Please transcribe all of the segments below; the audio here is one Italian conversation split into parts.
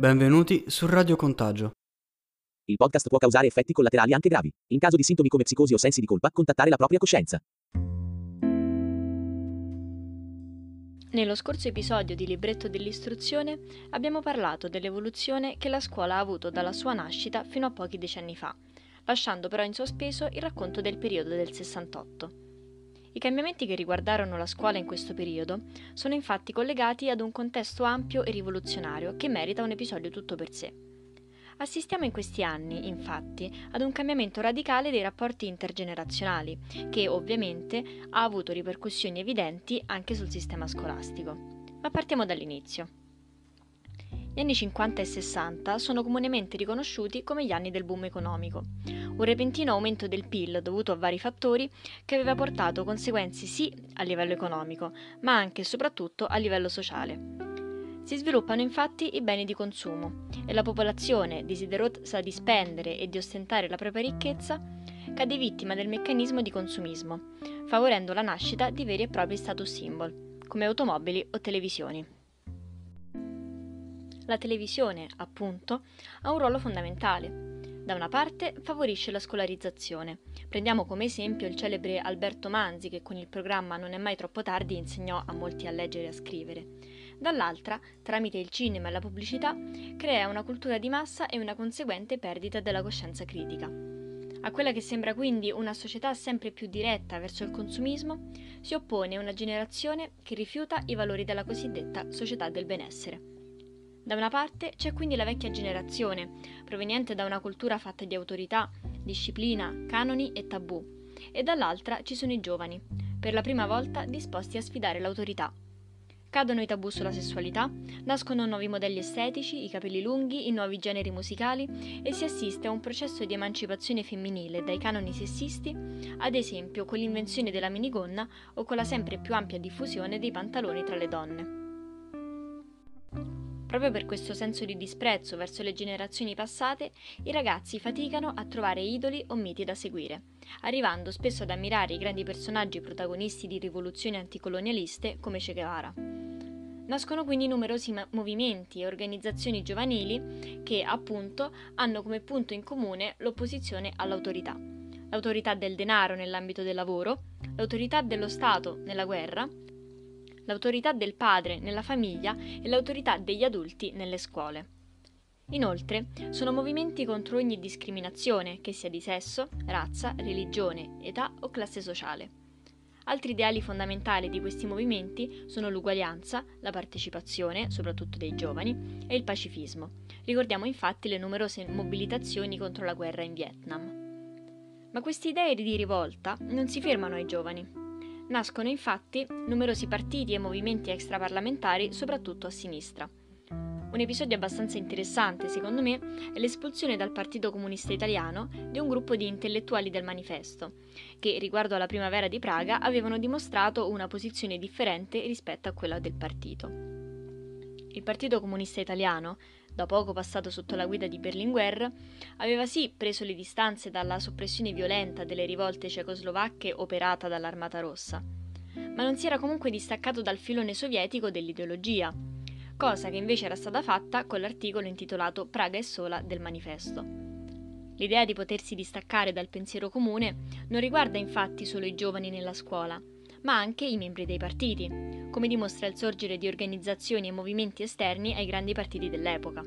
Benvenuti su Radio Contagio. Il podcast può causare effetti collaterali anche gravi. In caso di sintomi come psicosi o sensi di colpa, contattare la propria coscienza. Nello scorso episodio di Libretto dell'istruzione abbiamo parlato dell'evoluzione che la scuola ha avuto dalla sua nascita fino a pochi decenni fa, lasciando però in sospeso il racconto del periodo del 68. I cambiamenti che riguardarono la scuola in questo periodo sono infatti collegati ad un contesto ampio e rivoluzionario che merita un episodio tutto per sé. Assistiamo in questi anni, infatti, ad un cambiamento radicale dei rapporti intergenerazionali, che ovviamente ha avuto ripercussioni evidenti anche sul sistema scolastico. Ma partiamo dall'inizio. Gli anni 50 e 60 sono comunemente riconosciuti come gli anni del boom economico, un repentino aumento del PIL dovuto a vari fattori che aveva portato conseguenze sì a livello economico, ma anche e soprattutto a livello sociale. Si sviluppano infatti i beni di consumo e la popolazione, desiderosa di spendere e di ostentare la propria ricchezza, cade vittima del meccanismo di consumismo, favorendo la nascita di veri e propri status symbol, come automobili o televisioni. La televisione, appunto, ha un ruolo fondamentale. Da una parte favorisce la scolarizzazione. Prendiamo come esempio il celebre Alberto Manzi che con il programma Non è mai troppo tardi insegnò a molti a leggere e a scrivere. Dall'altra, tramite il cinema e la pubblicità, crea una cultura di massa e una conseguente perdita della coscienza critica. A quella che sembra quindi una società sempre più diretta verso il consumismo, si oppone una generazione che rifiuta i valori della cosiddetta società del benessere. Da una parte c'è quindi la vecchia generazione, proveniente da una cultura fatta di autorità, disciplina, canoni e tabù, e dall'altra ci sono i giovani, per la prima volta disposti a sfidare l'autorità. Cadono i tabù sulla sessualità, nascono nuovi modelli estetici, i capelli lunghi, i nuovi generi musicali e si assiste a un processo di emancipazione femminile dai canoni sessisti, ad esempio con l'invenzione della minigonna o con la sempre più ampia diffusione dei pantaloni tra le donne. Proprio per questo senso di disprezzo verso le generazioni passate, i ragazzi faticano a trovare idoli o miti da seguire, arrivando spesso ad ammirare i grandi personaggi protagonisti di rivoluzioni anticolonialiste come Che Guevara. Nascono quindi numerosi movimenti e organizzazioni giovanili che, appunto, hanno come punto in comune l'opposizione all'autorità. L'autorità del denaro nell'ambito del lavoro, l'autorità dello Stato nella guerra, l'autorità del padre nella famiglia e l'autorità degli adulti nelle scuole. Inoltre, sono movimenti contro ogni discriminazione, che sia di sesso, razza, religione, età o classe sociale. Altri ideali fondamentali di questi movimenti sono l'uguaglianza, la partecipazione, soprattutto dei giovani, e il pacifismo. Ricordiamo infatti le numerose mobilitazioni contro la guerra in Vietnam. Ma queste idee di rivolta non si fermano ai giovani. Nascono infatti numerosi partiti e movimenti extraparlamentari, soprattutto a sinistra. Un episodio abbastanza interessante, secondo me, è l'espulsione dal Partito Comunista Italiano di un gruppo di intellettuali del Manifesto, che riguardo alla primavera di Praga avevano dimostrato una posizione differente rispetto a quella del partito. Il Partito Comunista Italiano, da poco passato sotto la guida di Berlinguer, aveva sì preso le distanze dalla soppressione violenta delle rivolte cecoslovacche operata dall'Armata Rossa, ma non si era comunque distaccato dal filone sovietico dell'ideologia, cosa che invece era stata fatta con l'articolo intitolato Praga è sola del Manifesto. L'idea di potersi distaccare dal pensiero comune non riguarda infatti solo i giovani nella scuola, ma anche i membri dei partiti, come dimostra il sorgere di organizzazioni e movimenti esterni ai grandi partiti dell'epoca.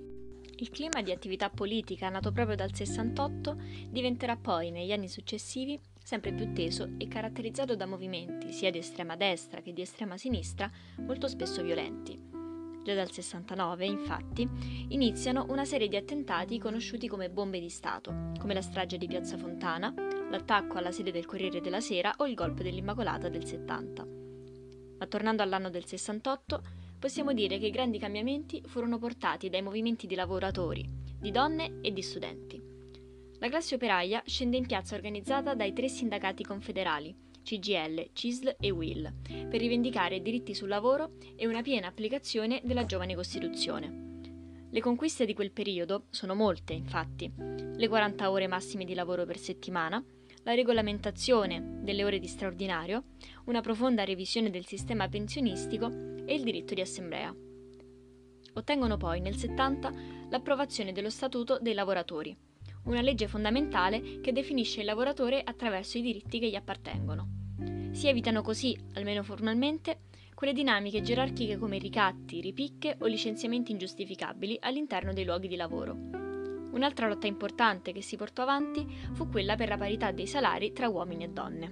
Il clima di attività politica nato proprio dal 68 diventerà poi, negli anni successivi, sempre più teso e caratterizzato da movimenti, sia di estrema destra che di estrema sinistra, molto spesso violenti. Già dal 69, infatti, iniziano una serie di attentati conosciuti come bombe di Stato, come la strage di Piazza Fontana, l'attacco alla sede del Corriere della Sera o il golpe dell'Immacolata del 70. Ma tornando all'anno del 68, possiamo dire che i grandi cambiamenti furono portati dai movimenti di lavoratori, di donne e di studenti. La classe operaia scende in piazza organizzata dai 3 sindacati confederali, CGIL, CISL e UIL, per rivendicare diritti sul lavoro e una piena applicazione della giovane Costituzione. Le conquiste di quel periodo sono molte, infatti: le 40 ore massime di lavoro per settimana, la regolamentazione delle ore di straordinario, una profonda revisione del sistema pensionistico e il diritto di assemblea. ottengono poi nel 70 l'approvazione dello Statuto dei lavoratori, una legge fondamentale che definisce il lavoratore attraverso i diritti che gli appartengono. Si evitano così, almeno formalmente, quelle dinamiche gerarchiche come ricatti, ripicche o licenziamenti ingiustificabili all'interno dei luoghi di lavoro. Un'altra lotta importante che si portò avanti fu quella per la parità dei salari tra uomini e donne.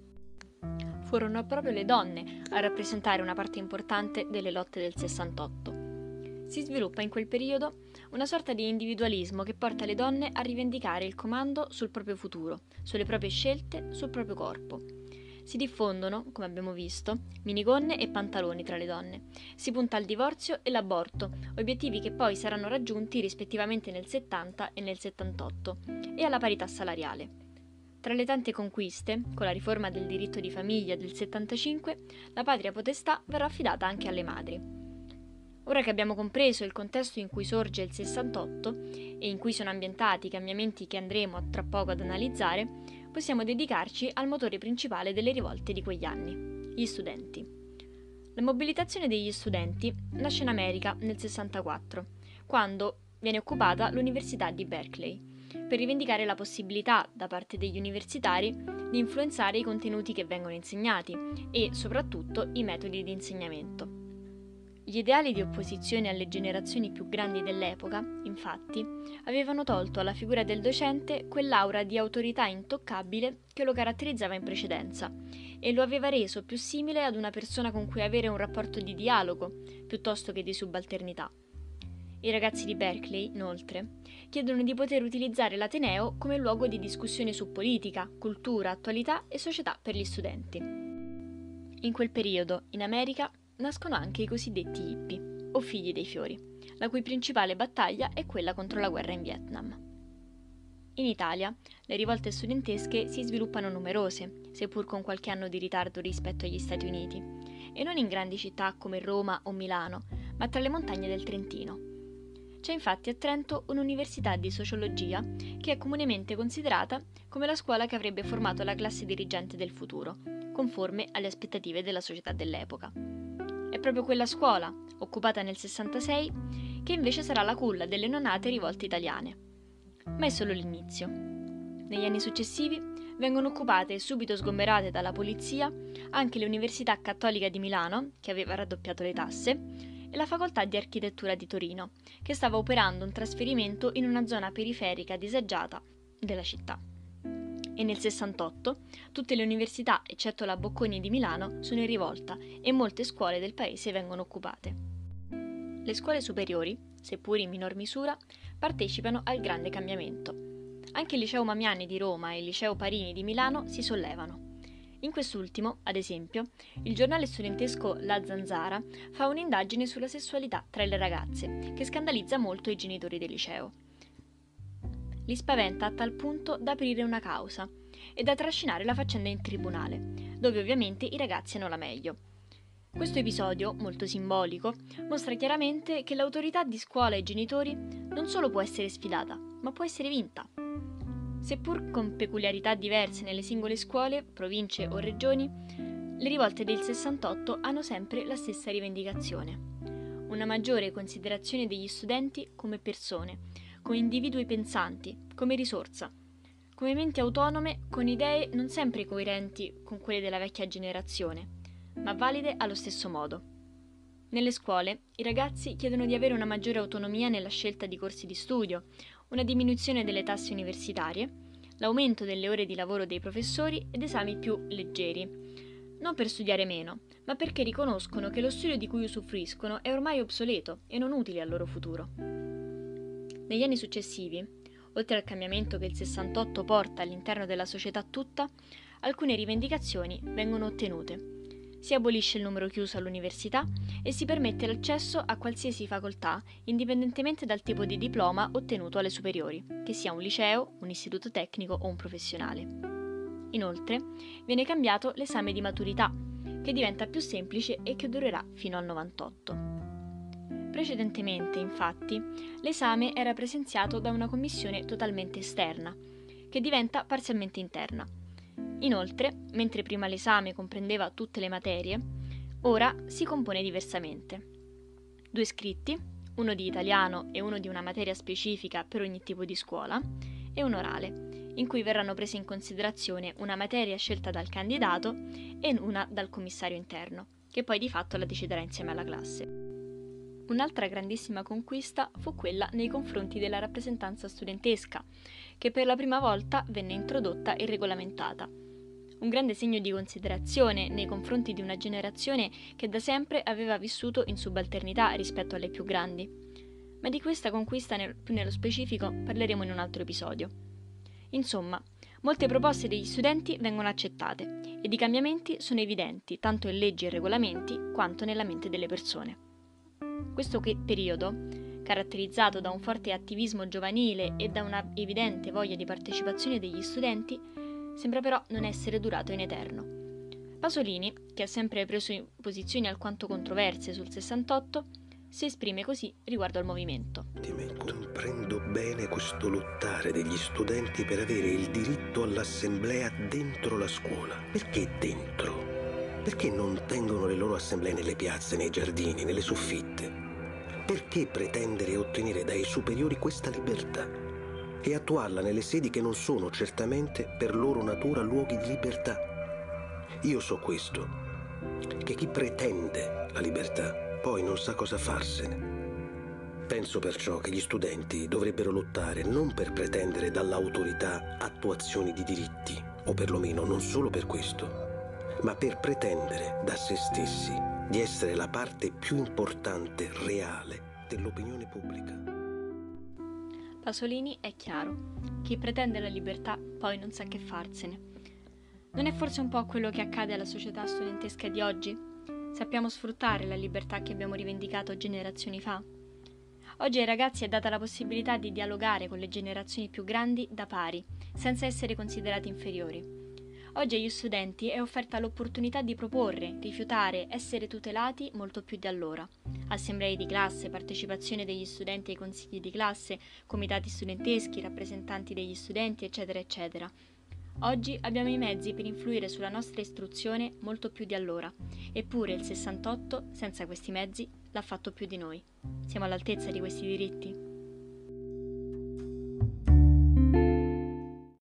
Furono proprio le donne a rappresentare una parte importante delle lotte del 68. Si sviluppa in quel periodo una sorta di individualismo che porta le donne a rivendicare il comando sul proprio futuro, sulle proprie scelte, sul proprio corpo. Si diffondono, come abbiamo visto, minigonne e pantaloni tra le donne. Si punta al divorzio e l'aborto, obiettivi che poi saranno raggiunti rispettivamente nel 70 e nel 78, e alla parità salariale. Tra le tante conquiste, con la riforma del diritto di famiglia del 75, la patria potestà verrà affidata anche alle madri. Ora che abbiamo compreso il contesto in cui sorge il 68 e in cui sono ambientati i cambiamenti che andremo tra poco ad analizzare, possiamo dedicarci al motore principale delle rivolte di quegli anni, gli studenti. La mobilitazione degli studenti nasce in America nel 64, quando viene occupata l'Università di Berkeley, per rivendicare la possibilità da parte degli universitari di influenzare i contenuti che vengono insegnati e, soprattutto, i metodi di insegnamento. Gli ideali di opposizione alle generazioni più grandi dell'epoca, infatti, avevano tolto alla figura del docente quell'aura di autorità intoccabile che lo caratterizzava in precedenza e lo aveva reso più simile ad una persona con cui avere un rapporto di dialogo piuttosto che di subalternità. I ragazzi di Berkeley, inoltre, chiedono di poter utilizzare l'Ateneo come luogo di discussione su politica, cultura, attualità e società per gli studenti. In quel periodo, in America, nascono anche i cosiddetti hippie, o figli dei fiori, la cui principale battaglia è quella contro la guerra in Vietnam. In Italia, le rivolte studentesche si sviluppano numerose, seppur con qualche anno di ritardo rispetto agli Stati Uniti, e non in grandi città come Roma o Milano, ma tra le montagne del Trentino. C'è infatti a Trento un'università di sociologia che è comunemente considerata come la scuola che avrebbe formato la classe dirigente del futuro, conforme alle aspettative della società dell'epoca. È proprio quella scuola, occupata nel 66, che invece sarà la culla delle neonate rivolte italiane. Ma è solo l'inizio. Negli anni successivi vengono occupate e subito sgomberate dalla polizia anche l'Università Cattolica di Milano, che aveva raddoppiato le tasse, e la Facoltà di Architettura di Torino, che stava operando un trasferimento in una zona periferica disagiata della città. E nel 68 tutte le università, eccetto la Bocconi di Milano, sono in rivolta e molte scuole del paese vengono occupate. Le scuole superiori, seppur in minor misura, partecipano al grande cambiamento. Anche il Liceo Mamiani di Roma e il Liceo Parini di Milano si sollevano. In quest'ultimo, ad esempio, il giornale studentesco La Zanzara fa un'indagine sulla sessualità tra le ragazze, che scandalizza molto i genitori del liceo. Li spaventa a tal punto da aprire una causa e da trascinare la faccenda in tribunale, dove ovviamente i ragazzi hanno la meglio. Questo episodio, molto simbolico, mostra chiaramente che l'autorità di scuola e genitori non solo può essere sfidata, ma può essere vinta. Seppur con peculiarità diverse nelle singole scuole, province o regioni, le rivolte del 68 hanno sempre la stessa rivendicazione: una maggiore considerazione degli studenti come persone, come individui pensanti, come risorsa, come menti autonome con idee non sempre coerenti con quelle della vecchia generazione, ma valide allo stesso modo. Nelle scuole i ragazzi chiedono di avere una maggiore autonomia nella scelta di corsi di studio, una diminuzione delle tasse universitarie, l'aumento delle ore di lavoro dei professori ed esami più leggeri, non per studiare meno, ma perché riconoscono che lo studio di cui usufruiscono è ormai obsoleto e non utile al loro futuro. Negli anni successivi, oltre al cambiamento che il 68 porta all'interno della società tutta, alcune rivendicazioni vengono ottenute. Si abolisce il numero chiuso all'università e si permette l'accesso a qualsiasi facoltà indipendentemente dal tipo di diploma ottenuto alle superiori, che sia un liceo, un istituto tecnico o un professionale. Inoltre, viene cambiato l'esame di maturità, che diventa più semplice e che durerà fino al 98. Precedentemente, infatti, l'esame era presenziato da una commissione totalmente esterna, che diventa parzialmente interna. Inoltre, mentre prima l'esame comprendeva tutte le materie, ora si compone diversamente. 2 scritti, uno di italiano e uno di una materia specifica per ogni tipo di scuola, e un orale, in cui verranno prese in considerazione una materia scelta dal candidato e una dal commissario interno, che poi di fatto la deciderà insieme alla classe. Un'altra grandissima conquista fu quella nei confronti della rappresentanza studentesca, che per la prima volta venne introdotta e regolamentata. Un grande segno di considerazione nei confronti di una generazione che da sempre aveva vissuto in subalternità rispetto alle più grandi. Ma di questa conquista più nello specifico parleremo in un altro episodio. Insomma, molte proposte degli studenti vengono accettate ed i cambiamenti sono evidenti tanto in leggi e regolamenti quanto nella mente delle persone. Questo periodo, caratterizzato da un forte attivismo giovanile e da una evidente voglia di partecipazione degli studenti, sembra però non essere durato in eterno. Pasolini, che ha sempre preso posizioni alquanto controverse sul 68, si esprime così riguardo al movimento. Comprendo bene questo lottare degli studenti per avere il diritto all'assemblea dentro la scuola. Perché dentro? Perché non tengono le loro assemblee nelle piazze, nei giardini, nelle soffitte? Perché pretendere e ottenere dai superiori questa libertà e attuarla nelle sedi che non sono certamente per loro natura luoghi di libertà? Io so questo, che chi pretende la libertà poi non sa cosa farsene. Penso perciò che gli studenti dovrebbero lottare non per pretendere dall'autorità attuazioni di diritti, o perlomeno non solo per questo, ma per pretendere da se stessi di essere la parte più importante, reale, dell'opinione pubblica. Pasolini è chiaro. Chi pretende la libertà poi non sa che farsene. Non è forse un po' quello che accade alla società studentesca di oggi? Sappiamo sfruttare la libertà che abbiamo rivendicato generazioni fa? Oggi ai ragazzi è data la possibilità di dialogare con le generazioni più grandi da pari, senza essere considerati inferiori. Oggi agli studenti è offerta l'opportunità di proporre, rifiutare, essere tutelati molto più di allora. Assemblee di classe, partecipazione degli studenti ai consigli di classe, comitati studenteschi, rappresentanti degli studenti, eccetera, eccetera. Oggi abbiamo i mezzi per influire sulla nostra istruzione molto più di allora, eppure il 68, senza questi mezzi, l'ha fatto più di noi. Siamo all'altezza di questi diritti?